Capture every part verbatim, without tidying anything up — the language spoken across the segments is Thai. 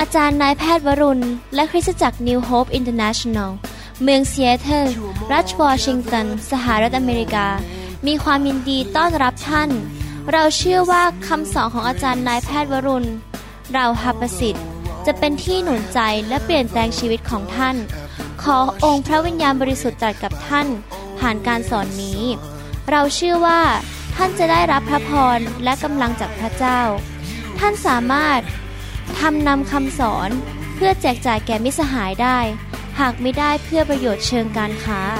จารย์นายแพทย์วรุณและคริสตจักร New Hope International เมืองซีแอตเทิลรัฐวอชิงตันสหรัฐอเมริกามีความยินดีต้อนรับท่านเราเชื่อว่าคำสอนของอาจารย์นายแพทย์วรุณเราหับประสิทธิ์จะเป็นที่หนุนใจและเปลี่ยนแปลงชีวิตของท่านขอองค์พระวิญญาณบริสุทธิ์ตรัสกับท่านผ่านการสอนนี้เราเชื่อว่าท่านจะได้รับพระพรและกำลังจากพระเจ้าท่านสามารถทำนำคำสอนเพื่อแจกจ่ายแก่มิตรสหายได้หากไม่ได้เพื่อประโยชน์เชิงการค้า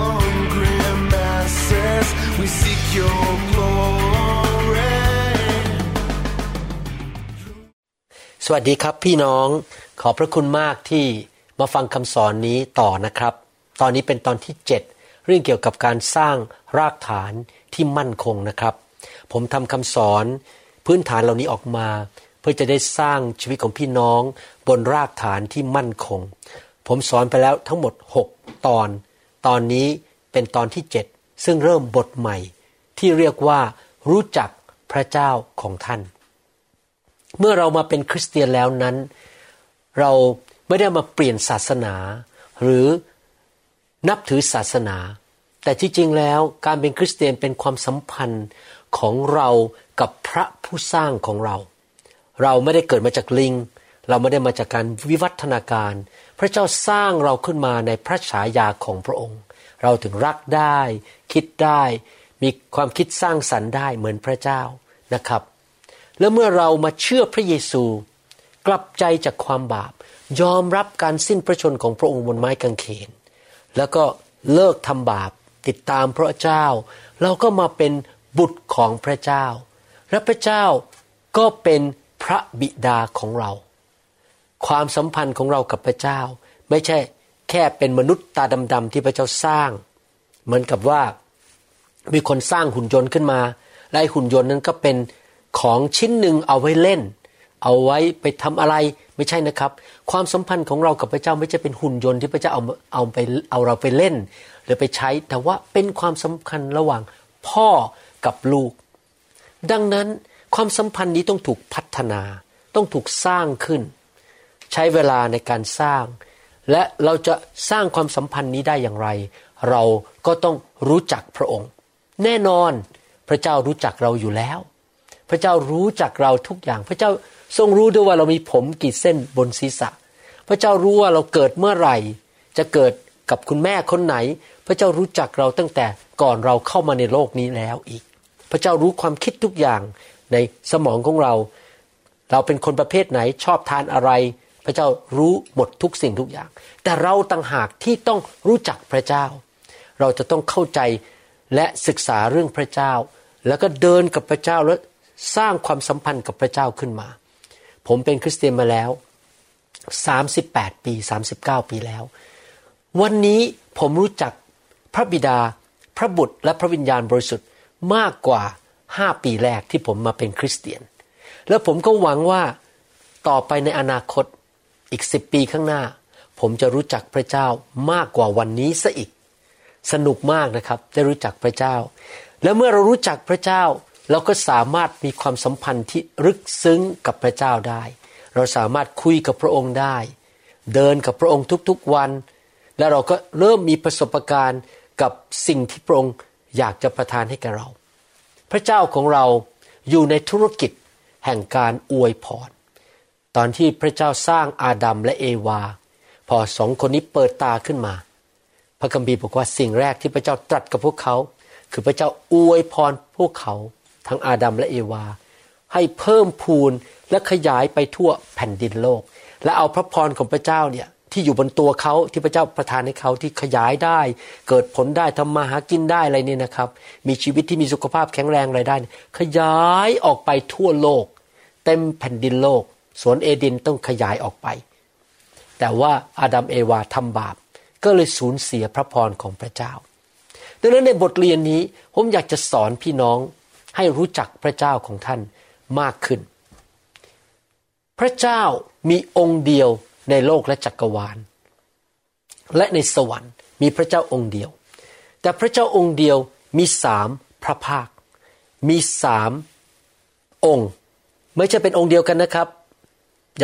สวัสดีครับพี่น้องขอบพระคุณมากที่มาฟังคำสอนนี้ต่อนะครับตอนนี้เป็นตอนที่เจ็ดเรื่องเกี่ยวกับการสร้างรากฐานที่มั่นคงนะครับผมทำคำสอนพื้นฐานเหล่านี้ออกมาเพื่อจะได้สร้างชีวิตของพี่น้องบนรากฐานที่มั่นคงผมสอนไปแล้วทั้งหมดหกตอนตอนนี้เป็นตอนที่เจ็ดซึ่งเริ่มบทใหม่ที่เรียกว่ารู้จักพระเจ้าของท่านเมื่อเรามาเป็นคริสเตียนแล้วนั้นเราไม่ได้มาเปลี่ยนศาสนาหรือนับถือศาสนาแต่ที่จริงแล้วการเป็นคริสเตียนเป็นความสัมพันธ์ของเรากับพระผู้สร้างของเราเราไม่ได้เกิดมาจากลิงเราไม่ได้มาจากการวิวัฒนาการพระเจ้าสร้างเราขึ้นมาในพระฉายาของพระองค์เราถึงรักได้คิดได้มีความคิดสร้างสรรค์ได้เหมือนพระเจ้านะครับแล้วเมื่อเรามาเชื่อพระเยซูกลับใจจากความบาปยอมรับการสิ้นพระชนของพระองค์บนไม้กางเขนแล้วก็เลิกทำบาปติดตามพระเจ้าเราก็มาเป็นบุตรของพระเจ้าและพระเจ้าก็เป็นพระบิดาของเราความสัมพันธ์ของเรากับพระเจ้าไม่ใช่แค่เป็นมนุษย์ตาดำๆที่พระเจ้าสร้างเหมือนกับว่ามีคนสร้างหุ่นยนต์ขึ้นมาและหุ่นยนต์นั้นก็เป็นของชิ้นหนึ่งเอาไว้เล่นเอาไว้ไปทำอะไรไม่ใช่นะครับความสัมพันธ์ของเรากับพระเจ้าไม่ใช่เป็นหุ่นยนต์ที่พระเจ้าเอาเอาไปเอาเราไปเล่นหรือไปใช้แต่ว่าเป็นความสัมพันธ์ระหว่างพ่อกับลูกดังนั้นความสัมพันธ์นี้ต้องถูกพัฒนาต้องถูกสร้างขึ้นใช้เวลาในการสร้างและเราจะสร้างความสัมพันธ์นี้ได้อย่างไรเราก็ต้องรู้จักพระองค์แน่นอนพระเจ้ารู้จักเราอยู่แล้วพระเจ้ารู้จักเราทุกอย่างพระเจ้าทรงรู้ด้วยว่าเรามีผมกี่เส้นบนศีรษะพระเจ้ารู้ว่าเราเกิดเมื่อไหร่จะเกิดกับคุณแม่คนไหนพระเจ้ารู้จักเราตั้งแต่ก่อนเราเข้ามาในโลกนี้แล้วอีกพระเจ้ารู้ความคิดทุกอย่างในสมองของเราเราเป็นคนประเภทไหนชอบทานอะไรพระเจ้ารู้หมดทุกสิ่งทุกอย่างแต่เราต่างหากที่ต้องรู้จักพระเจ้าเราจะต้องเข้าใจและศึกษาเรื่องพระเจ้าแล้วก็เดินกับพระเจ้าและสร้างความสัมพันธ์กับพระเจ้าขึ้นมาผมเป็นคริสเตียนมาแล้วสามสิบแปดปีสามสิบเก้าปีแล้ววันนี้ผมรู้จักพระบิดาพระบุตรและพระวิญญาณบริสุทธิ์มากกว่าห้าปีแรกที่ผมมาเป็นคริสเตียนแล้วผมก็หวังว่าต่อไปในอนาคตอีกสิบปีข้างหน้าผมจะรู้จักพระเจ้ามากกว่าวันนี้ซะอีกสนุกมากนะครับได้รู้จักพระเจ้าแล้วเมื่อเรารู้จักพระเจ้าเราก็สามารถมีความสัมพันธ์ที่ลึกซึ้งกับพระเจ้าได้เราสามารถคุยกับพระองค์ได้เดินกับพระองค์ทุกๆวันและเราก็เริ่มมีประสบการณ์กับสิ่งที่พระองค์อยากจะประทานให้แก่เราพระเจ้าของเราอยู่ในธุรกิจแห่งการอวยพรตอนที่พระเจ้าสร้างอาดัมและเอวาพอสองคนนี้เปิดตาขึ้นมาพระคัมภีร์บอกว่าสิ่งแรกที่พระเจ้าตรัสกับพวกเขาคือพระเจ้าอวยพรพวกเขาทั้งอาดัมและเอวาให้เพิ่มพูนและขยายไปทั่วแผ่นดินโลกและเอาพระพรของพระเจ้าเนี่ยที่อยู่บนตัวเขาที่พระเจ้าประทานให้เขาที่ขยายได้เกิดผลได้ทำมาหากินได้อะไรนี่นะครับมีชีวิตที่มีสุขภาพแข็งแรงอะไรได้ขยายออกไปทั่วโลกเต็มแผ่นดินโลกสวนเอเดนต้องขยายออกไปแต่ว่าอาดัมเอวาทำบาปก็เลยสูญเสียพระพรของพระเจ้าดังนั้นในบทเรียนนี้ผมอยากจะสอนพี่น้องให้รู้จักพระเจ้าของท่านมากขึ้นพระเจ้ามีองค์เดียวในโลกและจักรวาลและในสวรรค์มีพระเจ้าองค์เดียวแต่พระเจ้าองค์เดียวมีสามพระภาคมีสามองค์ไม่ใช่เป็นองค์เดียวกันนะครับอย่าง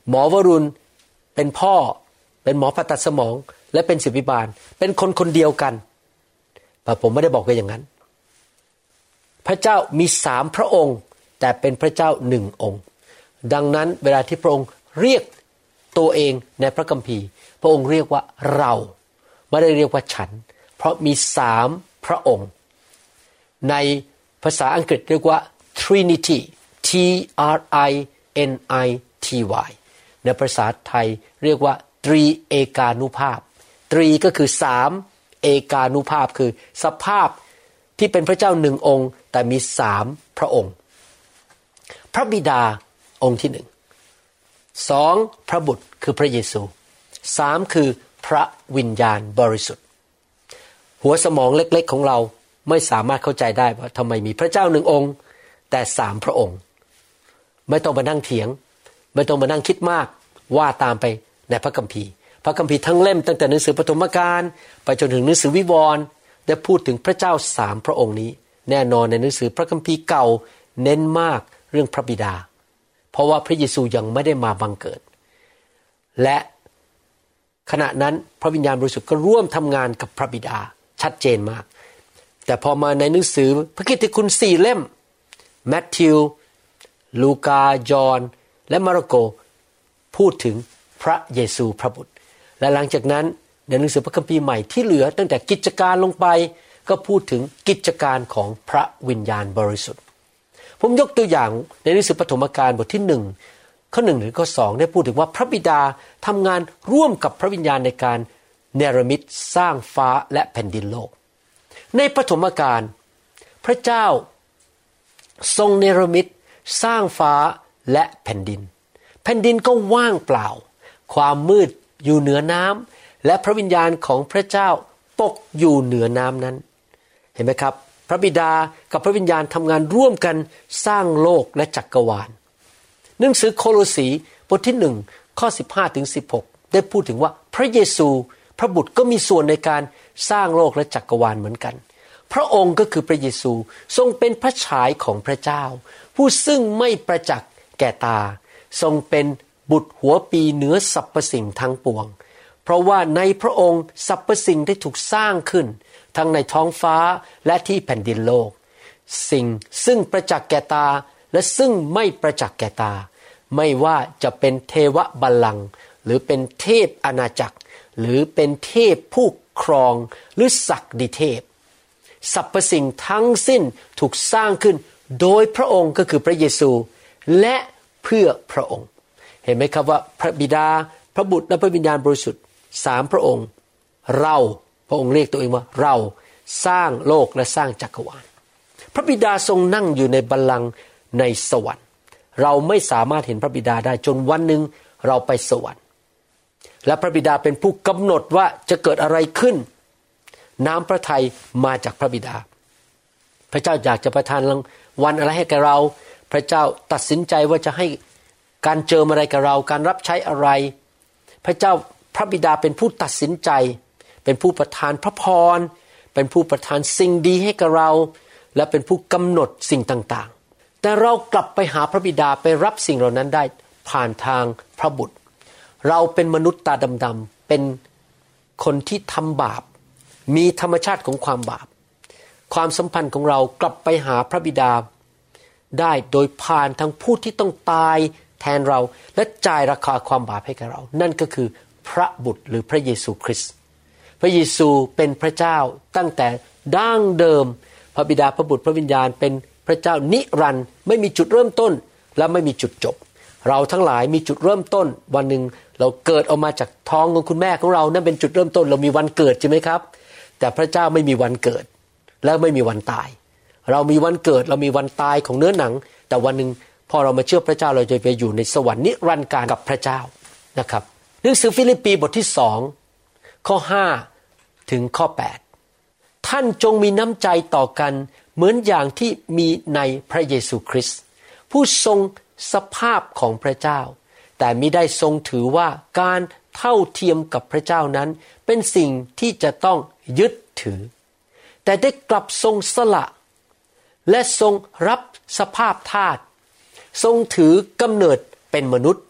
หมอวรุณเป็นพ่อเป็นหมอผ่าตัดสมองและเป็นศิษย์พิบาลเป็นคนคนเดียวกันแต่ผมไม่ได้บอกว่าอย่างนั้นพระเจ้ามีสามพระองค์แต่เป็นพระเจ้าหนึ่งองค์ดังนั้นเวลาที่พระองค์เรียกตัวเองในพระคัมภีร์พระองค์เรียกว่าเราไม่ได้เรียกว่าฉันเพราะมีสามพระองค์ในภาษาอังกฤษเรียกว่า Trinity T R I N I T Y ในภาษาไทยเรียกว่าตรีเอกานุภาพตรีก็คือสามเอกานุภาพคือสภาพที่เป็นพระเจ้าหนึ่งองค์แต่มีสามพระองค์พระบิดาองค์ที่หนึ่งสองพระบุตรคือพระเยซูสามคือพระวิญญาณบริสุทธิ์หัวสมองเล็กๆของเราไม่สามารถเข้าใจได้ว่าทำไมมีพระเจ้าหนึ่งองค์แต่สามพระองค์ไม่ต้องมานั่งเถียงไม่ต้องมานั่งคิดมากว่าตามไปในพระคัมภีร์พระคัมภีร์ทั้งเล่มตั้งแต่หนังสือปฐมกาลไปจนถึงหนังสือวิวรณ์ได้พูดถึงพระเจ้าสามพระองค์นี้แน่นอนในหนังสือพระคัมภีร์เก่าเน้นมากเรื่องพระบิดาเพราะว่าพระเยซูยังไม่ได้มาบังเกิดและขณะนั้นพระวิญญาณบริสุทธิ์ก็ร่วมทำงานกับพระบิดาชัดเจนมากแต่พอมาในหนังสือพระกิตติคุณสี่เล่มมัทธิวลูกายอห์นและมาระโกพูดถึงพระเยซูพระบุตรและหลังจากนั้นในหนังสือพระคัมภีร์ใหม่ที่เหลือตั้งแต่กิจการลงไปก็พูดถึงกิจการของพระวิญญาณบริสุทธิ์ผมยกตัวอย่างในหนังสือปฐมกาลบทที่หนึ่งข้อหนึ่งถึงข้อสองได้พูดถึงว่าพระบิดาทำงานร่วมกับพระวิญญาณในการเนรมิตสร้างฟ้าและแผ่นดินโลกในปฐมกาลพระเจ้าทรงเนรมิตสร้างฟ้าและแผ่นดินแผ่นดินก็ว่างเปล่าความมืดอยู่เหนือน้ำและพระวิญญาณของพระเจ้าปกอยู่เหนือน้ำนั้นเห็นไหมครับพระบิดากับพระวิญญาณทำงานร่วมกันสร้างโลกและจักรวาลหนังสือโคโลสีบทที่หนึ่งข้อสิบห้าถึงสิบหกได้พูดถึงว่าพระเยซูพระบุตรก็มีส่วนในการสร้างโลกและจักรวาลเหมือนกันพระองค์ก็คือพระเยซูทรงเป็นพระฉายของพระเจ้าผู้ซึ่งไม่ประจักษ์แก่ตาทรงเป็นบุตรหัวปีเหนือสรรพสิ่งทั้งปวงเพราะว่าในพระองค์สรรพสิ่งได้ถูกสร้างขึ้นทั้งในท้องฟ้าและที่แผ่นดินโลกสิ่งซึ่งประจักษ์แก่ตาและซึ่งไม่ประจักษ์แก่ตาไม่ว่าจะเป็นเทวบัลลังก์หรือเป็นเทพอาณาจักรหรือเป็นเทพผู้ครองหรือศักดิเทพสรรพสิ่งทั้งสิ้นถูกสร้างขึ้นโดยพระองค์ก็คือพระเยซูและเพื่อพระองค์เห็นไหมครับว่าพระบิดาพระบุตรและพระวิญญาณบริสุทธิ์สามพระองค์เราพระองค์เรียกตัวเองว่าเราสร้างโลกและสร้างจักรวาลพระบิดาทรงนั่งอยู่ในบัลลังก์ในสวรรค์เราไม่สามารถเห็นพระบิดาได้จนวันหนึ่งเราไปสวรรค์และพระบิดาเป็นผู้กำหนดว่าจะเกิดอะไรขึ้นน้ำพระทัยมาจากพระบิดาพระเจ้าอยากจะประทานรางวัลอะไรให้แก่เราพระเจ้าตัดสินใจว่าจะให้การเจิมอะไรกับเราการรับใช้อะไรพระเจ้าพระบิดาเป็นผู้ตัดสินใจเป็นผู้ประทานพระพรเป็นผู้ประทานสิ่งดีให้กับเราและเป็นผู้กำหนดสิ่งต่างๆแต่เรากลับไปหาพระบิดาไปรับสิ่งเหล่านั้นได้ผ่านทางพระบุตรเราเป็นมนุษย์ตาดำๆเป็นคนที่ทำบาปมีธรรมชาติของความบาปความสัมพันธ์ของเรากลับไปหาพระบิดาได้โดยผ่านทางผู้ที่ต้องตายแทนเราและจ่ายราคาความบาปให้กับเรานั่นก็คือพระบุตรหรือพระเยซูคริสต์พระเยซูเป็นพระเจ้าตั้งแต่ดั้งเดิมพระบิดาพระบุตรพระวิญญาณเป็นพระเจ้านิรันดร์ไม่มีจุดเริ่มต้นและไม่มีจุดจบเราทั้งหลายมีจุดเริ่มต้นวันหนึ่งเราเกิดออกมาจากท้องของคุณแม่ของเรานั่นเป็นจุดเริ่มต้นเรามีวันเกิดใช่ไหมครับแต่พระเจ้าไม่มีวันเกิดและไม่มีวันตายเรามีวันเกิดเรามีวันตายของเนื้อหนังแต่วันหนึ่งพอเรามาเชื่อพระเจ้าเราจะไปอยู่ในสวรรค์นิรันดร์การกับพระเจ้านะครับหนังสือฟิลิปปีบทที่สองข้อห้าถึงข้อแปดท่านจงมีน้ำใจต่อกันเหมือนอย่างที่มีในพระเยซูคริสต์ผู้ทรงสภาพของพระเจ้าแต่มิได้ทรงถือว่าการเท่าเทียมกับพระเจ้านั้นเป็นสิ่งที่จะต้องยึดถือแต่ได้กลับทรงสละและทรงรับสภาพทาสทรงถือกำเนิดเป็นมนุษย์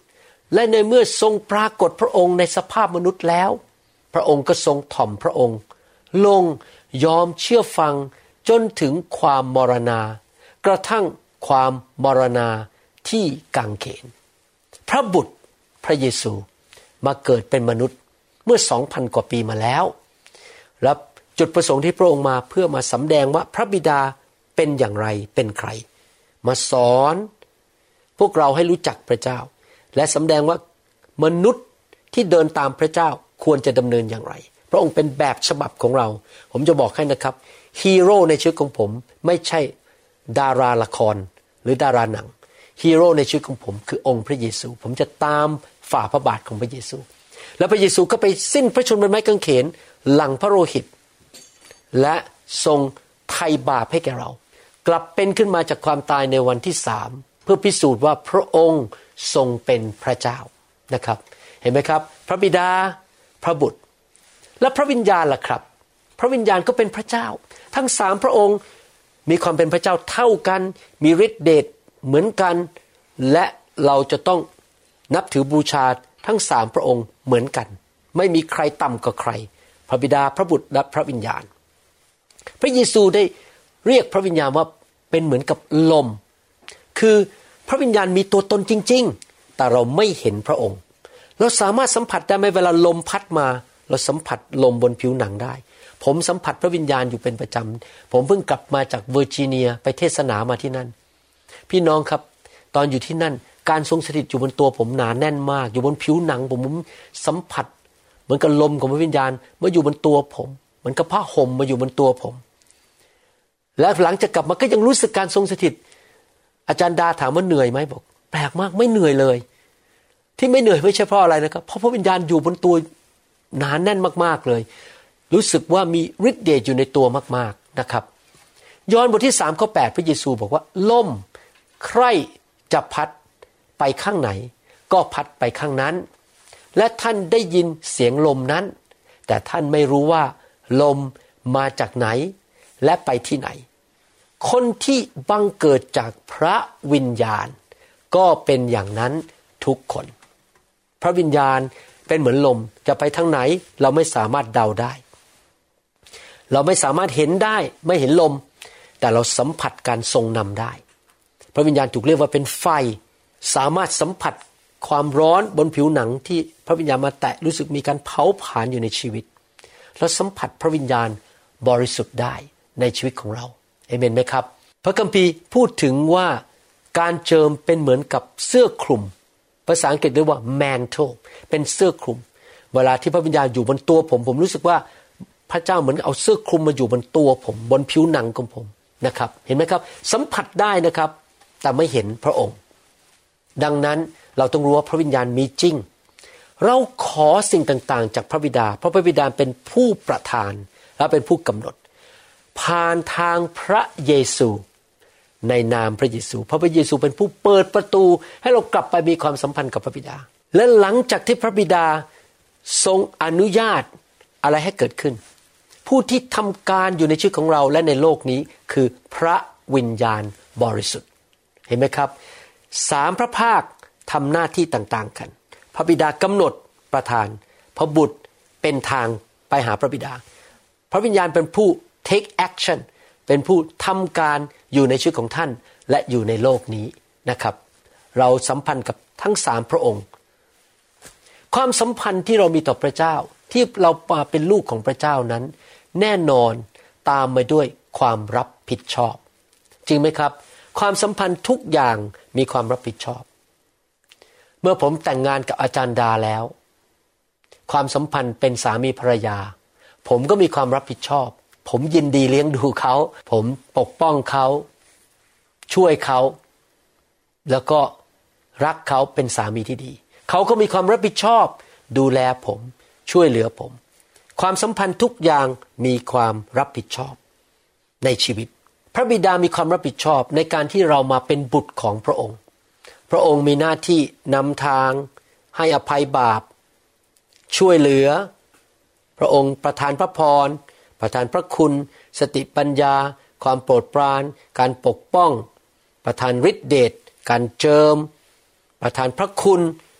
และในเมื่อทรงปรากฏพระองค์ในสภาพมนุษย์แล้วพระองค์ก็ทรงถ่อมพระองค์ลงยอมเชื่อฟังจนถึงความมรณากระทั่งความมรณาที่กางเขนพระบุตรพระเยซูมาเกิดเป็นมนุษย์เมื่อ สองพัน กว่าปีมาแล้วและจุดประสงค์ที่พระองค์มาเพื่อมาสำแดงว่าพระบิดาเป็นอย่างไรเป็นใครมาสอนพวกเราให้รู้จักพระเจ้าและสำแดงว่ามนุษย์ที่เดินตามพระเจ้าควรจะดำเนินอย่างไรพระองค์เป็นแบบฉบับของเราผมจะบอกให้นะครับฮีโร่ในชีวิตของผมไม่ใช่ดาราละครหรือดาราหนังฮีโร่ในชีวิตของผมคือองค์พระเยซูผมจะตามฝ่าพระบาทของพระเยซูและพระเยซูก็ไปสิ้นพระชนม์บนไม้กางเขนหลั่งพระโลหิตและทรงไถ่บาปให้แก่เรากลับเป็นขึ้นมาจากความตายในวันที่สามเพื่อพิสูจน์ว่าพระองค์ทรงเป็นพระเจ้านะครับเห็นไหมครับพระบิดาพระบุตรและพระวิญญาณล่ะครับพระวิญญาณก็เป็นพระเจ้าทั้งสามพระองค์มีความเป็นพระเจ้าเท่ากันมีฤทธิ์เดชเหมือนกันและเราจะต้องนับถือบูชาทั้งสามพระองค์เหมือนกันไม่มีใครต่ำกว่าใครพระบิดาพระบุตรและพระวิญญาณพระเยซูได้เรียกพระวิญญาณว่าเป็นเหมือนกับลมคือพระวิญญาณมีตัวตนจริงๆแต่เราไม่เห็นพระองค์เราสามารถสัมผัสได้ไหมเวลาลมพัดมาเราสัมผัสลมบนผิวหนังได้ผมสัมผัสพระวิญญาณอยู่เป็นประจำผมเพิ่งกลับมาจากเวอร์จิเนียไปเทศนามาที่นั่นพี่น้องครับตอนอยู่ที่นั่นการทรงสถิตอยู่บนตัวผมหนาแน่นมากอยู่บนผิวหนังผมผมสัมผัสเหมือนกับลมของพระวิญญาณมาอยู่บนตัวผมเหมือนกับผ้าห่มมาอยู่บนตัวผมและหลังจากกลับมาก็ยังรู้สึกการทรงสถิตอาจารย์ดาถามว่าเหนื่อยไหมบอกแปลกมากไม่เหนื่อยเลยที่ไม่เหนื่อยไม่ใช่เพราะอะไรนะครับเพราะพระวิญญาณอยู่บนตัวหนาแน่นมากๆเลยรู้สึกว่ามีฤทธิ์เดชอยู่ในตัวมากๆนะครับยอห์นบทที่สามข้อแปดพระเยซูบอกว่าลมใครจะพัดไปข้างไหนก็พัดไปข้างนั้นและท่านได้ยินเสียงลมนั้นแต่ท่านไม่รู้ว่าลมมาจากไหนและไปที่ไหนคนที่บังเกิดจากพระวิญญาณก็เป็นอย่างนั้นทุกคนพระวิญญาณเป็นเหมือนลมจะไปทางไหนเราไม่สามารถเดาได้เราไม่สามารถเห็นได้ไม่เห็นลมแต่เราสัมผัสการทรงนำได้พระวิญญาณถูกเรียกว่าเป็นไฟสามารถสัมผัสความร้อนบนผิวหนังที่พระวิญญาณมาแตะรู้สึกมีการเผาผลาญอยู่ในชีวิตเราสัมผัสพระวิญญาณบริสุทธิ์ได้ในชีวิตของเราเอเมนไหมครับพระคัมภีร์พูดถึงว่าการเจิมเป็นเหมือนกับเสื้อคลุมภาษาอังกฤษเรียกว่า mantle เป็นเสื้อคลุมเวลาที่พระวิญญาณอยู่บนตัวผมผมรู้สึกว่าพระเจ้าเหมือนเอาเสื้อคลุมมาอยู่บนตัวผมบนผิวหนังของผมนะครับเห็นไหมครับสัมผัสได้นะครับแต่ไม่เห็นพระองค์ดังนั้นเราต้องรู้ว่าพระวิญญาณมีจริงเราขอสิ่งต่างๆจากพระบิดาเพราะพระบิดาเป็นผู้ประทานและเป็นผู้กำหนดผ่านทางพระเยซูในนามพระเยซูเพราะพระเยซูเป็นผู้เปิดประตูให้เรากลับไปมีความสัมพันธ์กับพระบิดาและหลังจากที่พระบิดาทรงอนุญาตอะไรให้เกิดขึ้นผู้ที่ทำการอยู่ในชีวิตของเราและในโลกนี้คือพระวิญญาณบริสุทธิ์เห็นไหมครับสามพระภาคทำหน้าที่ต่างๆกันพระบิดากำหนดประทานพระบุตรเป็นทางไปหาพระบิดาพระวิญญาณเป็นผู้ take action เป็นผู้ทำการอยู่ในชีวิตของท่านและอยู่ในโลกนี้นะครับเราสัมพันธ์กับทั้งสามพระองค์ความสัมพันธ์ที่เรามีต่อพระเจ้าที่เรามาเป็นลูกของพระเจ้านั้นแน่นอนตามมาด้วยความรับผิดชอบจริงไหมครับความสัมพันธ์ทุกอย่างมีความรับผิดชอบเมื่อผมแต่งงานกับอาจารย์ดาแล้วความสัมพันธ์เป็นสามีภรรยาผมก็มีความรับผิดชอบผมยินดีเลี้ยงดูเขาผมปกป้องเขาช่วยเขาแล้วก็รักเขาเป็นสามีที่ดีเขาก็มีความรับผิดชอบดูแลผมช่วยเหลือผมความสัมพันธ์ทุกอย่างมีความรับผิดชอบในชีวิตพระบิดามีความรับผิดชอบในการที่เรามาเป็นบุตรของพระองค์พระองค์มีหน้าที่นำทางให้อภัยบาปช่วยเหลือพระองค์ประทานพระพรประทานพระคุณสติปัญญาความโปรดปรานการปกป้องประทานฤทธิเดชการเจิมประทานพระคุณ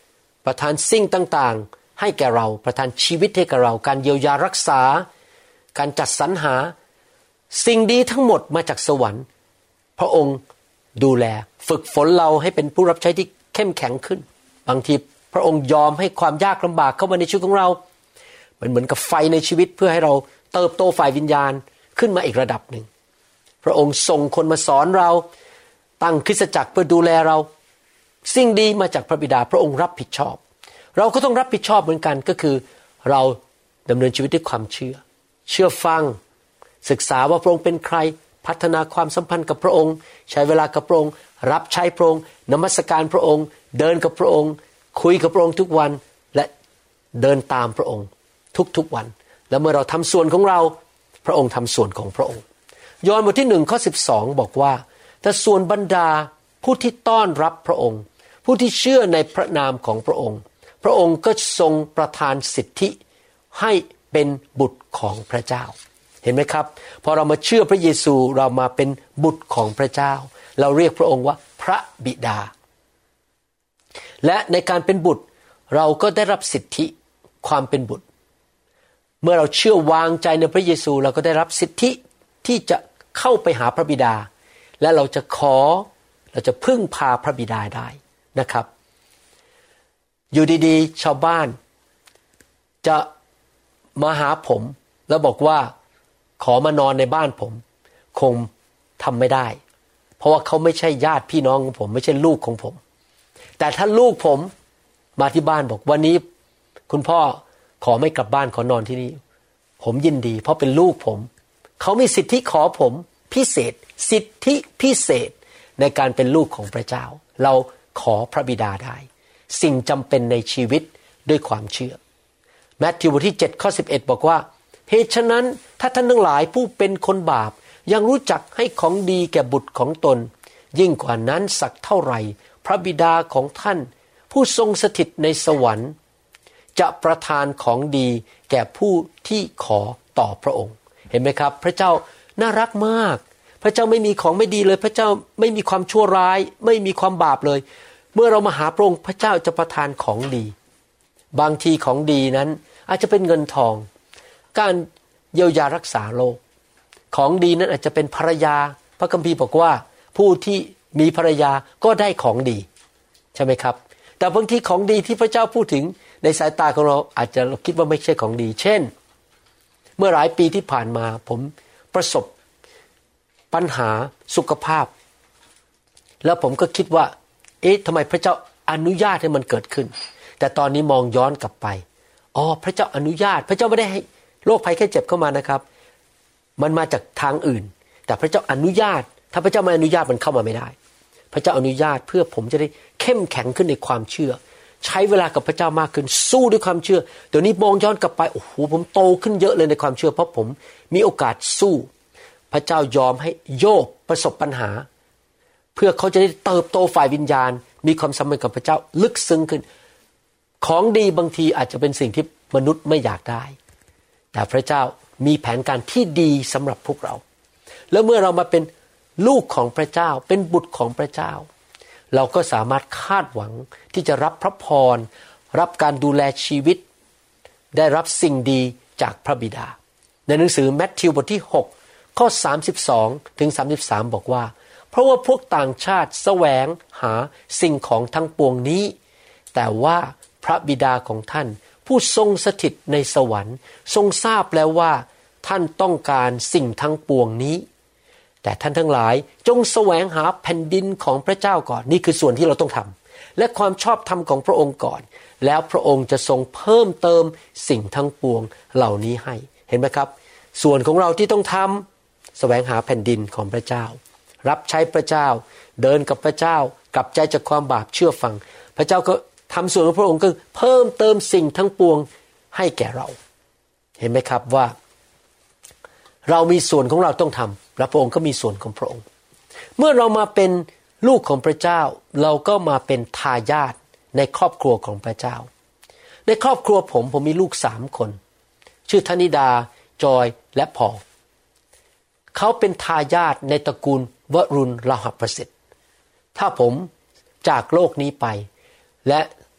ประทานสิ่งต่างๆให้แก่เราประทานชีวิตให้แก่เราการเยียวยารักษาการจัดสรรหาสิ่งดีทั้งหมดมาจากสวรรค์พระองค์ดูแลฝึกฝนเราให้เป็นผู้รับใช้ที่เข้มแข็งขึ้นบางทีพระองค์ยอมให้ความยากลำบากเข้ามาในชีวิตของเรามันเหมือนกับไฟในชีวิตเพื่อให้เราเติบโตฝ่ายวิญญาณขึ้นมาอีกระดับหนึ่งพระองค์ส่งคนมาสอนเราตั้งคริสตจักรเพื่อดูแลเราสิ่งดีมาจากพระบิดาพระองค์รับผิดชอบเราก็ต้องรับผิดชอบเหมือนกันก็คือเราดำเนินชีวิตด้วยความเชื่อเชื่อฟังศึกษาว่าพระองค์เป็นใครพัฒนาความสัมพันธ์กับพระองค์ใช้เวลากับพระองค์รับใช้พระองค์นมัสการพระองค์เดินกับพระองค์คุยกับพระองค์ทุกวันและเดินตามพระองค์ทุกๆวันแล้วเมื่อเราทำส่วนของเราพระองค์ทำส่วนของพระองค์ยอห์นบทที่หนึ่งข้อสิบสองบอกว่าแต่ส่วนบรรดาผู้ที่ต้อนรับพระองค์ผู้ที่เชื่อในพระนามของพระองค์พระองค์ก็ทรงประทานสิทธิให้เป็นบุตรของพระเจ้าเห็นไหมครับพอเรามาเชื่อพระเยซูเรามาเป็นบุตรของพระเจ้าเราเรียกพระองค์ว่าพระบิดาและในการเป็นบุตรเราก็ได้รับสิทธิความเป็นบุตรเมื่อเราเชื่อวางใจในพระเยซูเราก็ได้รับสิทธิที่จะเข้าไปหาพระบิดาและเราจะขอเราจะพึ่งพาพระบิดาได้นะครับอยู่ดีๆชาวบ้านจะมาหาผมแล้วบอกว่าขอมานอนในบ้านผมคงทำไม่ได้เพราะว่าเขาไม่ใช่ญาติพี่น้องของผมไม่ใช่ลูกของผมแต่ถ้าลูกผมมาที่บ้านบอกวันนี้คุณพ่อขอไม่กลับบ้านขอนอนที่นี่ผมยินดีเพราะเป็นลูกผมเขามีสิทธิขอผมพิเศษสิทธิพิเศษในการเป็นลูกของพระเจ้าเราขอพระบิดาได้สิ่งจำเป็นในชีวิตด้วยความเชื่อแมทธิวบทที่เจ็ดข้อสิบเอ็ดบอกว่าเหตุฉะนั้นถ้าท่านทั้งหลายผู้เป็นคนบาปยังรู้จักให้ของดีแก่บุตรของตนยิ่งกว่านั้นสักเท่าไหร่พระบิดาของท่านผู้ทรงสถิตในสวรรค์จะประทานของดีแก่ผู้ที่ขอต่อพระองค์เห็นไหมครับพระเจ้าน่ารักมากพระเจ้าไม่มีของไม่ดีเลยพระเจ้าไม่มีความชั่วร้ายไม่มีความบาปเลยเมื่อเรามาหาพระองค์พระเจ้าจะประทานของดีบางทีของดีนั้นอาจจะเป็นเงินทองการเยียวยารักษาโรคของดีนั้นอาจจะเป็นภรรยาพระคัมภีร์บอกว่าผู้ที่มีภรรยาก็ได้ของดีใช่ไหมครับแต่บางทีของดีที่พระเจ้าพูดถึงในสายตาของเราอาจจะคิดว่าไม่ใช่ของดีเช่นเมื่อหลายปีที่ผ่านมาผมประสบปัญหาสุขภาพแล้วผมก็คิดว่าเอ๊ะทำไมพระเจ้าอนุญาตให้มันเกิดขึ้นแต่ตอนนี้มองย้อนกลับไปอ๋อพระเจ้าอนุญาตพระเจ้าไม่ได้ให้โรคภัยแค่เจ็บเข้ามานะครับมันมาจากทางอื่นแต่พระเจ้าอนุญาตถ้าพระเจ้าไม่อนุญาตมันเข้ามาไม่ได้พระเจ้าอนุญาตเพื่อผมจะได้เข้มแข็งขึ้นในความเชื่อใช้เวลากับพระเจ้ามากขึ้นสู้ด้วยความเชื่อเดี๋ยวนี้มองย้อนกลับไปโอ้โหผมโตขึ้นเยอะเลยในความเชื่อเพราะผมมีโอกาสสู้พระเจ้ายอมให้โยบประสบปัญหาเพื่อเขาจะได้เติบโตฝ่ายวิญญาณมีความสัมพันธ์กับพระเจ้าลึกซึ้งขึ้นของดีบางทีอาจจะเป็นสิ่งที่มนุษย์ไม่อยากได้แต่พระเจ้ามีแผนการที่ดีสำหรับพวกเราแล้วเมื่อเรามาเป็นลูกของพระเจ้าเป็นบุตรของพระเจ้าเราก็สามารถคาดหวังที่จะรับพระพรรับการดูแลชีวิตได้รับสิ่งดีจากพระบิดาในหนังสือแมทธิวบทที่หกข้อสามสิบสองถึงสามสิบสามบอกว่าเพราะว่าพวกต่างชาติแสวงหาสิ่งของทั้งปวงนี้แต่ว่าพระบิดาของท่านผู้ทรงสถิตในสวรรค์ทรงทราบแล้วว่าท่านต้องการสิ่งทั้งปวงนี้แต่ท่านทั้งหลายจงแสวงหาแผ่นดินของพระเจ้าก่อนนี่คือส่วนที่เราต้องทำและความชอบธรรมของพระองค์ก่อนแล้วพระองค์จะทรงเพิ่มเติมสิ่งทั้งปวงเหล่านี้ให้เห็นไหมครับส่วนของเราที่ต้องทำแสวงหาแผ่นดินของพระเจ้ารับใช้พระเจ้าเดินกับพระเจ้ากลับใจจากความบาปเชื่อฟังพระเจ้าก็ทำส่วนของพระองค์ก็เพิ่มเติมสิ่งทั้งปวงให้แก่เราเห็นไหมครับว่าเรามีส่วนของเราต้องทำและพระองค์ก็มีส่วนของพระองค์เมื่อเรามาเป็นลูกของพระเจ้าเราก็มาเป็นทายาทในครอบครัวของพระเจ้าในครอบครัวผมผมมีลูกสามคนชื่อธนิดาจอยและพอลเขาเป็นทายาทในตระกูลวรุณรหประสิทธิ์ถ้าผมจากโลกนี้ไปและ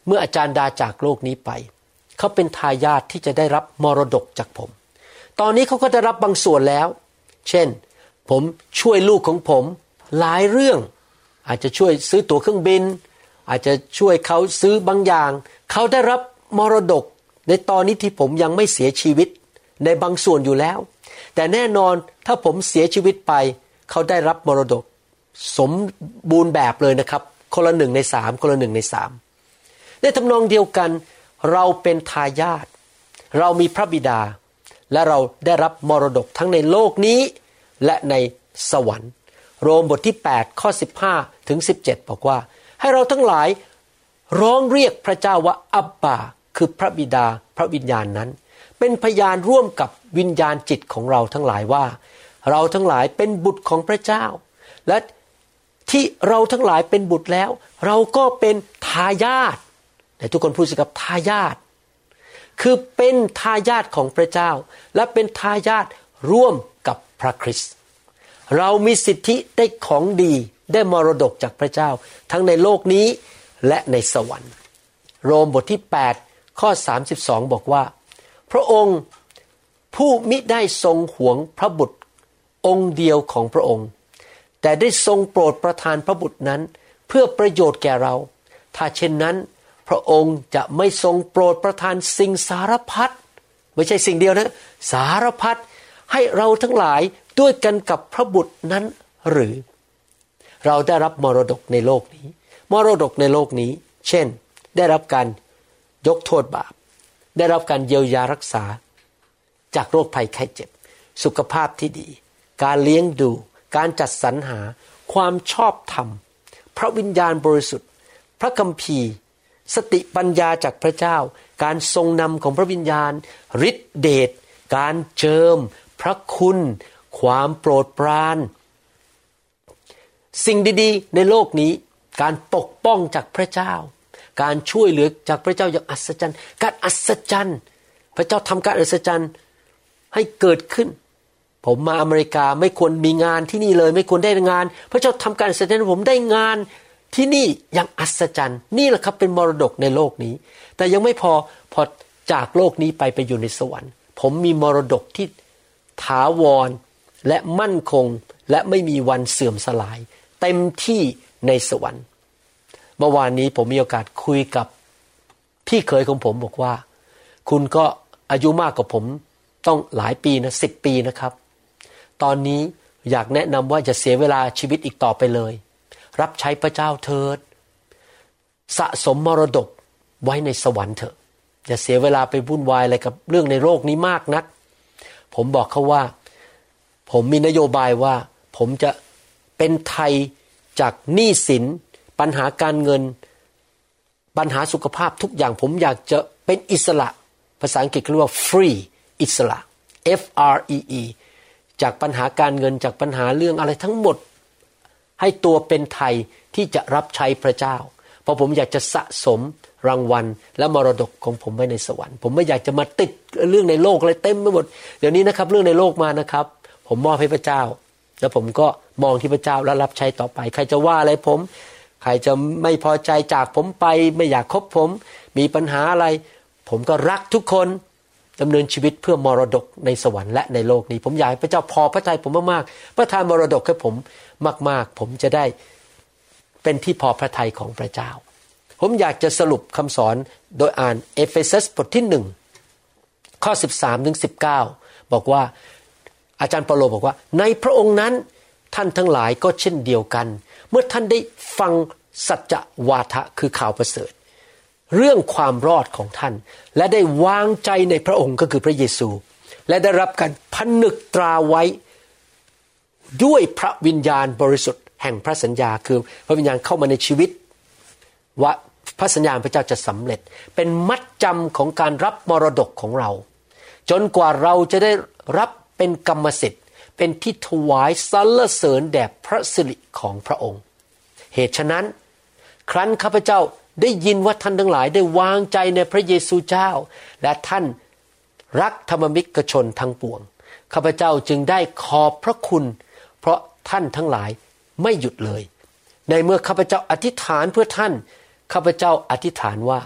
เมื่ออาจารย์ดาจากโลกนี้ไปเขาเป็นทายาทที่จะได้รับมรดกจากผมตอนนี้เขาก็ได้รับบางส่วนแล้วเช่นผมช่วยลูกของผมหลายเรื่องอาจจะช่วยซื้อตั๋วเครื่องบินอาจจะช่วยเขาซื้อบางอย่างเขาได้รับมรดกในตอนนี้ที่ผมยังไม่เสียชีวิตในบางส่วนอยู่แล้วแต่แน่นอนถ้าผมเสียชีวิตไปเขาได้รับมรดกสมบูรณ์แบบเลยนะครับคนละหนึ่งในสามคนละหนึ่งในสามในทำนองเดียวกันเราเป็นทายาทเรามีพระบิดาและเราได้รับมรดกทั้งในโลกนี้และในสวรรค์โรมบทที่แปดข้อสิบห้าถึงสิบเจ็ดบอกว่าให้เราทั้งหลายร้องเรียกพระเจ้าว่าอับบาคือพระบิดาพระวิญญาณนั้นเป็นพยานร่วมกับวิญญาณจิตของเราทั้งหลายว่าเราทั้งหลายเป็นบุตรของพระเจ้าและที่เราทั้งหลายเป็นบุตรแล้วเราก็เป็นทายาทแต่ทุกคนพูดสิครับทายาทคือเป็นทายาทของพระเจ้าและเป็นทายาทร่วมกับพระคริสต์เรามีสิทธิได้ของดีได้มรดกจากพระเจ้าทั้งในโลกนี้และในสวรรค์โรมบทที่แปดข้อสามสิบสองบอกว่าพระองค์ผู้มิได้ทรงหวงพระบุตรองค์เดียวของพระองค์แต่ได้ทรงโปรดประทานพระบุตรนั้นเพื่อประโยชน์แก่เราถ้าเช่นนั้นพระองค์จะไม่ทรงโปรดประทานสิ่งสารพัดไม่ใช่สิ่งเดียวนะสารพัดให้เราทั้งหลายด้วยกันกับพระบุตรนั้นหรือเราได้รับมรดกในโลกนี้มรดกในโลกนี้เช่นได้รับการยกโทษบาปได้รับการเยียวยารักษาจากโรคภัยไข้เจ็บสุขภาพที่ดีการเลี้ยงดูการจัดสรรหาความชอบธรรมพระวิญญาณบริสุทธิ์พระคัมภีร์สติปัญญาจากพระเจ้าการทรงนำของพระวิญญาณฤทธิเดชการเจิมพระคุณความโปรดปรานสิ่งดีๆในโลกนี้การปกป้องจากพระเจ้าการช่วยเหลือจากพระเจ้าอย่างอัศจรรย์การอัศจรรย์พระเจ้าทำการอัศจรรย์ให้เกิดขึ้นผมมาอเมริกาไม่ควรมีงานที่นี่เลยไม่ควรได้งานพระเจ้าทำการอัศจรรย์ผมได้งานที่นี่อย่างอัศจรรย์นี่แหละครับเป็นมรดกในโลกนี้แต่ยังไม่พอพอจากโลกนี้ไปไปอยู่ในสวรรค์ผมมีมรดกที่ถาวรและมั่นคงและไม่มีวันเสื่อมสลายเต็มที่ในสวรรค์เมื่อวานนี้ผมมีโอกาสคุยกับพี่เขยของผมบอกว่าคุณก็อายุมากกว่าผมต้องหลายปีนะสิบปีนะครับตอนนี้อยากแนะนำว่าจะเสียเวลาชีวิตอีกต่อไปเลยรับใช้พระเจ้าเถิดสะสมมรดกไว้ในสวรรค์เถอะอย่าเสียเวลาไปวุ่นวายอะไรกับเรื่องในโลกนี้มากนักผมบอกเขาว่าผมมีนโยบายว่าผมจะเป็นไทยจากหนี้สินปัญหาการเงินปัญหาสุขภาพทุกอย่างผมอยากจะเป็นอิสระภาษาอังกฤษเรียกว่า free อิสระ F R E E จากปัญหาการเงินจากปัญหาเรื่องอะไรทั้งหมดให้ตัวเป็นไทยที่จะรับใช้พระเจ้าเพราะผมอยากจะสะสมรางวัลและมรดกของผมไว้ในสวรรค์ผมไม่อยากจะมาติดเรื่องในโลกอะไรเต็มไปหมดเดี๋ยวนี้นะครับเรื่องในโลกมานะครับผมมอบให้พระเจ้าแล้วผมก็มองที่พระเจ้าและรับใช้ต่อไปใครจะว่าอะไรผมใครจะไม่พอใจจากผมไปไม่อยากคบผมมีปัญหาอะไรผมก็รักทุกคนดำเนินชีวิตเพื่อมรดกในสวรรค์และในโลกนี้ผมอยากให้พระเจ้าพอพระทัยผมมากๆประทานมรดกให้ผมมากๆผมจะได้เป็นที่พอพระทัยของพระเจ้าผมอยากจะสรุปคำสอนโดยอ่านเอเฟซัสบทที่หนึ่งข้อสิบสามถึงสิบเก้าบอกว่าอาจารย์เปาโลบอกว่าในพระองค์นั้นท่านทั้งหลายก็เช่นเดียวกันเมื่อท่านได้ฟังสัจวาทะคือข่าวประเสริฐเรื่องความรอดของท่านและได้วางใจในพระองค์ก็คือพระเยซูและได้รับการผนึกตราไว้ด้วยพระวิญญาณบริสุทธิ์แห่งพระสัญญาคือพระวิญญาณเข้ามาในชีวิตว่าพระสัญญาพระเจ้าจะสำเร็จเป็นมัดจำของการรับมรดกของเราจนกว่าเราจะได้รับเป็นกรรมสิทธิ์เป็นที่ถวายสรรเสริญแด่พระสิริของพระองค์เหตุฉะนั้นครั้นข้าพเจ้าได้ยินว่าท่านทั้งหลายได้วางใจในพระเยซูเจ้าและท่านรักธรรมมิกชนทั้งปวงข้าพเจ้าจึงได้ขอบพระคุณเพราะท่านทั้งหลายไม่หยุดเลยในเมื่อข้าพเจ้าอธิษฐานเพื่อท่านข้าพเจ้าอธิษฐานว่า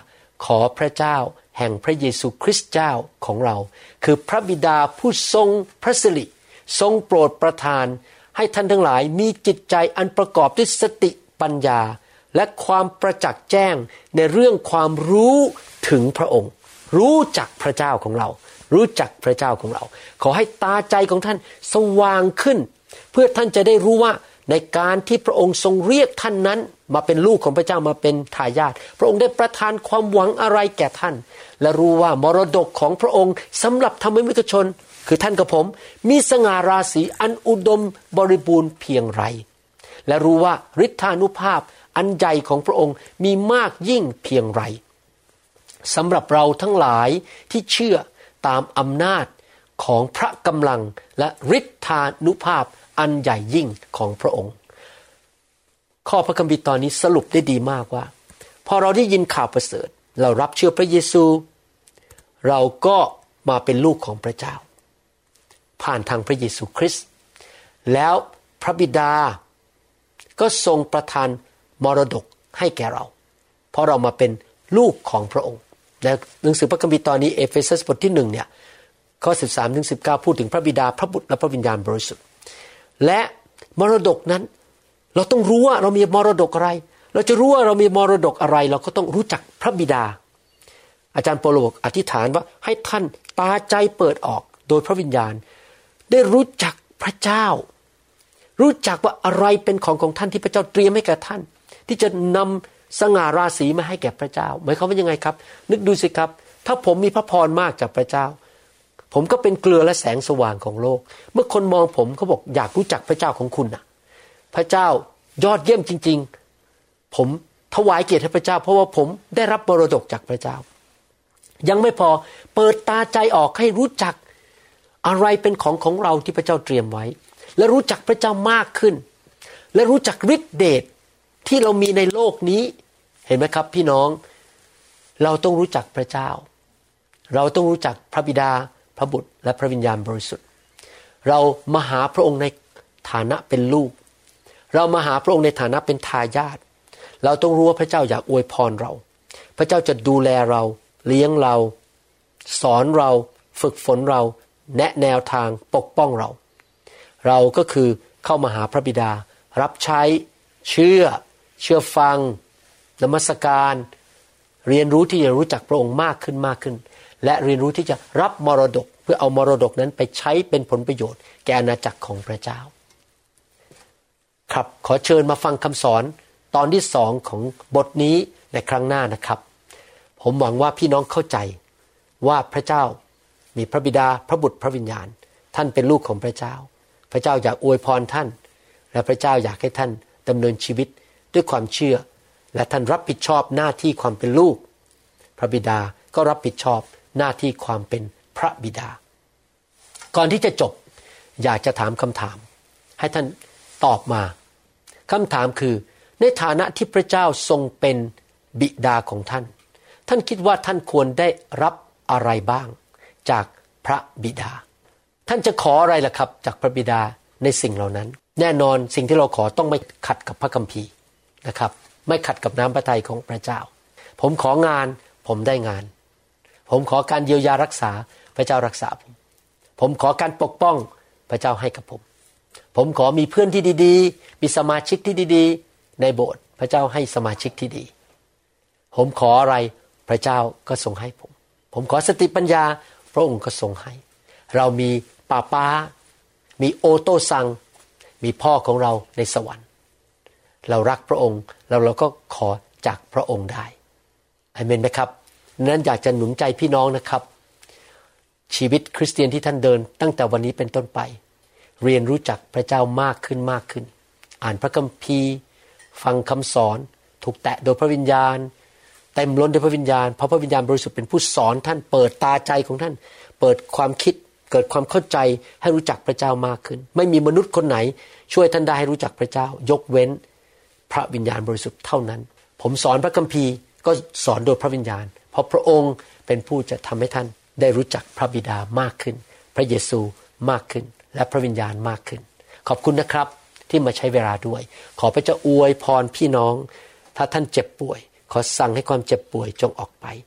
ขอพระเจ้าแห่งพระเยซูคริสต์เจ้าของเราคือพระบิดาผู้ทรงพระสิริทรงโปรดประทานให้ท่านทั้งหลายมีจิตใจอันประกอบด้วยสติปัญญาและความประจักษ์แจ้งในเรื่องความรู้ถึงพระองค์รู้จักพระเจ้าของเรารู้จักพระเจ้าของเราขอให้ตาใจของท่านสว่างขึ้นเพื่อท่านจะได้รู้ว่าในการที่พระองค์ทรงเรียกท่านนั้นมาเป็นลูกของพระเจ้ามาเป็นทายาทพระองค์ได้ประทานความหวังอะไรแก่ท่านและรู้ว่ามรดกของพระองค์สำหรับธรรมิกชนคือท่านกับผมมีสง่าราศีอันอุดมบริบูรณ์เพียงไรและรู้ว่าฤทธานุภาพอันใหญ่ของพระองค์มีมากยิ่งเพียงไรสำหรับเราทั้งหลายที่เชื่อตามอำนาจของพระกำลังและฤทธานุภาพอันใหญ่ยิ่งของพระองค์ข้อพระคัมภีร์ตอนนี้สรุปได้ดีมากว่าพอเราได้ยินข่าวประเสริฐเรารับเชื่อพระเยซูเราก็มาเป็นลูกของพระเจ้าผ่านทางพระเยซูคริสต์แล้วพระบิดาก็ทรงประทานมรดกให้แก่เราเพราะเรามาเป็นลูกของพระองค์ในหนังสือพระคัมภีร์ตอนนี้เอเฟซัสบทที่หนึ่งเนี่ยข้อสิบสามถึงสิบเก้าพูดถึงพระบิดาพระบุตรและพระวิญญาณบริสุทธิ์และมรดกนั้นเราต้องรู้ว่าเรามีมรดกอะไรเราจะรู้ว่าเรามีมรดกอะไรเราก็ต้องรู้จักพระบิดาอาจารย์เปาโลบอกอธิษฐานว่าให้ท่านตาใจเปิดออกโดยพระวิญญาณได้รู้จักพระเจ้ารู้จักว่าอะไรเป็นของของท่านที่พระเจ้าเตรียมให้แก่ท่านที่จะนำสง่าราศีมาให้แก่พระเจ้าหมายความว่ายังไงครับนึกดูสิครับถ้าผมมีพระพรมากจากพระเจ้าผมก็เป็นเกลือและแสงสว่างของโลกเมื่อคนมองผมเขาบอกอยากรู้จักพระเจ้าของคุณนะพระเจ้ายอดเยี่ยมจริงๆผมถวายเกียรติให้พระเจ้าเพราะว่าผมได้รับมรดกจากพระเจ้ายังไม่พอเปิดตาใจออกให้รู้จักอะไรเป็นของของเราที่พระเจ้าเตรียมไว้และรู้จักพระเจ้ามากขึ้นและรู้จักฤทธิเดชที่เรามีในโลกนี้เห็นไหมครับพี่น้องเราต้องรู้จักพระเจ้าเราต้องรู้จักพระบิดาพระบุตรและพระวิญญาณบริสุทธิ์เรามาหาพระองค์ในฐานะเป็นลูกเรามาหาพระองค์ในฐานะเป็นทายาทเราต้องรู้ว่าพระเจ้าอยากอวยพรเราพระเจ้าจะดูแลเราเลี้ยงเราสอนเราฝึกฝนเราแนะแนวทางปกป้องเราเราก็คือเข้ามาหาพระบิดารับใช้เชื่อเชื่อฟังนมัสการเรียนรู้ที่จะรู้จักพระองค์มากขึ้นมากขึ้นและเรียนรู้ที่จะรับมรดกเพื่อเอามรดกนั้นไปใช้เป็นผลประโยชน์แก่อาณาจักรของพระเจ้าครับขอเชิญมาฟังคำสอนตอนที่สองของบทนี้ในครั้งหน้านะครับผมหวังว่าพี่น้องเข้าใจว่าพระเจ้ามีพระบิดาพระบุตรพระวิญญาณท่านเป็นลูกของพระเจ้าพระเจ้าอยากอวยพรท่านและพระเจ้าอยากให้ท่านดำเนินชีวิตด้วยความเชื่อและท่านรับผิดชอบหน้าที่ความเป็นลูกพระบิดาก็รับผิดชอบหน้าที่ความเป็นพระบิดาก่อนที่จะจบอยากจะถามคำถามให้ท่านตอบมาคำถามคือในฐานะที่พระเจ้าทรงเป็นบิดาของท่านท่านคิดว่าท่านควรได้รับอะไรบ้างจากพระบิดาท่านจะขออะไรล่ะครับจากพระบิดาในสิ่งเหล่านั้นแน่นอนสิ่งที่เราขอต้องไม่ขัดกับพระคัมภีร์นะครับไม่ขัดกับน้ำพระทัยของพระเจ้าผมของานผมได้งานผมขอการเยียวยารักษาพระเจ้ารักษาผมผมขอการปกป้องพระเจ้าให้กับผมผมขอมีเพื่อนที่ดีๆมีสมาชิกที่ดีๆในโบสถ์พระเจ้าให้สมาชิกที่ดีผมขออะไรพระเจ้าก็ทรงให้ผมผมขอสติปัญญาพระองค์ก็ทรงให้เรามีป้าป้ามีโอโต้ซังมีพ่อของเราในสวรรค์เรารักพระองค์แล้วเราก็ขอจากพระองค์ได้อาเมนไหมครับนั้นอยากจะหนุนใจพี่น้องนะครับชีวิตคริสเตียนที่ท่านเดินตั้งแต่วันนี้เป็นต้นไปเรียนรู้จักพระเจ้ามากขึ้นมากขึ้นอ่านพระคัมภีร์ฟังคำสอนถูกแตะโดยพระวิญญาณเต็มล้นด้วยพระวิญญาณเพราะพระวิญญาณบริสุทธิ์เป็นผู้สอนท่านเปิดตาใจของท่านเปิดความคิดเกิดความเข้าใจให้รู้จักพระเจ้ามากขึ้นไม่มีมนุษย์คนไหนช่วยท่านได้ให้รู้จักพระเจ้ายกเว้นพระวิญญาณบริสุทธิ์เท่านั้นผมสอนพระคัมภีร์ก็สอนโดยพระวิญญาณเพราะพระองค์เป็นผู้จะทำให้ท่านได้รู้จักพระบิดามากขึ้นพระเยซูมากขึ้นและพระวิญญาณมากขึ้นขอบคุณนะครับที่มาใช้เวลาด้วยขอพระเจ้าอวยพรพี่น้องถ้าท่านเจ็บป่วยขอสั่งให้ความเจ็บป่วยจงออกไป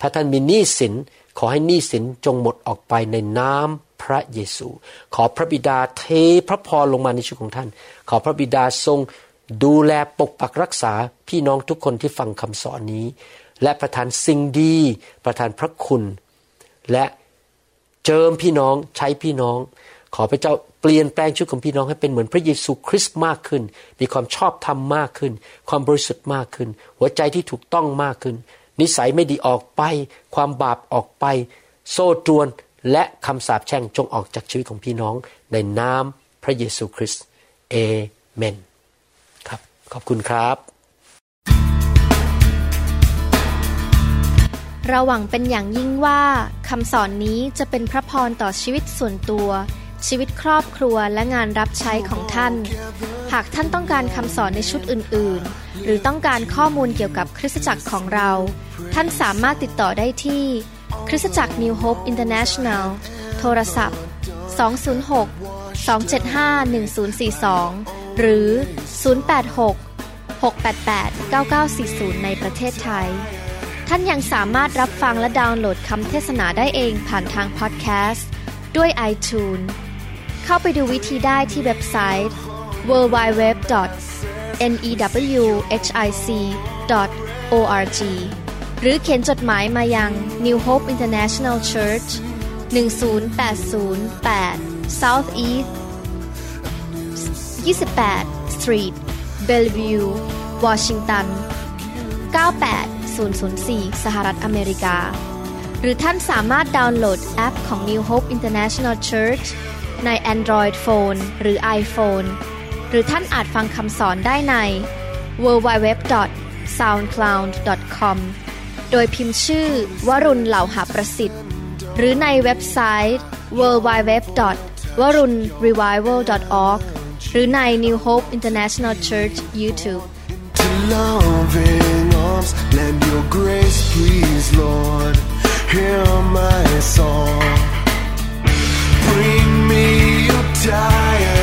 ถ้าท่านมีหนี้สินขอให้หนี้สินจงหมดออกไปในน้ำพระเยซูขอพระบิดาเทพระพรลงมาในชีวิตของท่านขอพระบิดาทรงดูแลปกปักรักษาพี่น้องทุกคนที่ฟังคำสอนนี้และประทานสิ่งดีประทานพระคุณและเจิมพี่น้องใช้พี่น้องขอพระเจ้าเปลี่ยนแปลงชีวิตของพี่น้องให้เป็นเหมือนพระเยซูคริสต์มากขึ้นมีความชอบธรรมมากขึ้นความบริสุทธิ์มากขึ้นหัวใจที่ถูกต้องมากขึ้นนิสัยไม่ดีออกไปความบาปออกไปโซ่ตรวนและคำสาปแช่งจงออกจากชีวิตของพี่น้องในนามพระเยซูคริสต์เอเมนครับขอบคุณครับเราหวังเป็นอย่างยิ่งว่าคำสอนนี้จะเป็นพระพรต่อชีวิตส่วนตัวชีวิตครอบครัวและงานรับใช้ของท่านหากท่านต้องการคำสอนในชุดอื่นๆหรือต้องการข้อมูลเกี่ยวกับคริสตจักรของเราท่านสามารถติดต่อได้ที่คริสตจักร New Hope International โทรศัพท์สอง ศูนย์ หก สอง เจ็ด ห้า หนึ่ง ศูนย์ สี่ สองหรือศูนย์ แปด หก หก แปด แปด เก้า เก้า สี่ ศูนย์ในประเทศไทยท่านยังสามารถรับฟังและดาวน์โหลดคำเทศนาได้เองผ่านทางพอดแคสต์ด้วย iTunes เข้าไปดูวิธีได้ที่เว็บไซต์ ดับเบิลยู ดับเบิลยู ดับเบิลยู ดอท เน อี ดับเบิลยู เอช ไอ ซี ดอท โอ อาร์ จี หรือเขียนจดหมายมายัง New Hope International Church หนึ่ง ศูนย์ แปด ศูนย์ แปด South East ยี่สิบแปด Street Bellevue Washington เก้า แปด ศูนย์ ศูนย์ สี่ สหรัฐอเมริกาหรือท่านสามารถดาวน์โหลดแอปของ New Hope International Church ใน Android Phone หรือ iPhone หรือท่านอาจฟังคำสอนได้ใน ดับเบิลยู ดับเบิลยู ดับเบิลยู ดอท ซาวด์คลาวด์ ดอท คอม โดยพิมพ์ชื่อวรุณเหล่าหาประสิทธิ์หรือในเว็บไซต์ ดับเบิลยู ดับเบิลยู ดับเบิลยู ดอท วรุณ รีไววัล ดอท ออร์ก หรือใน New Hope International Church YouTube Loving arms, lend your grace, please, Lord. Hear my song. Bring me your tire.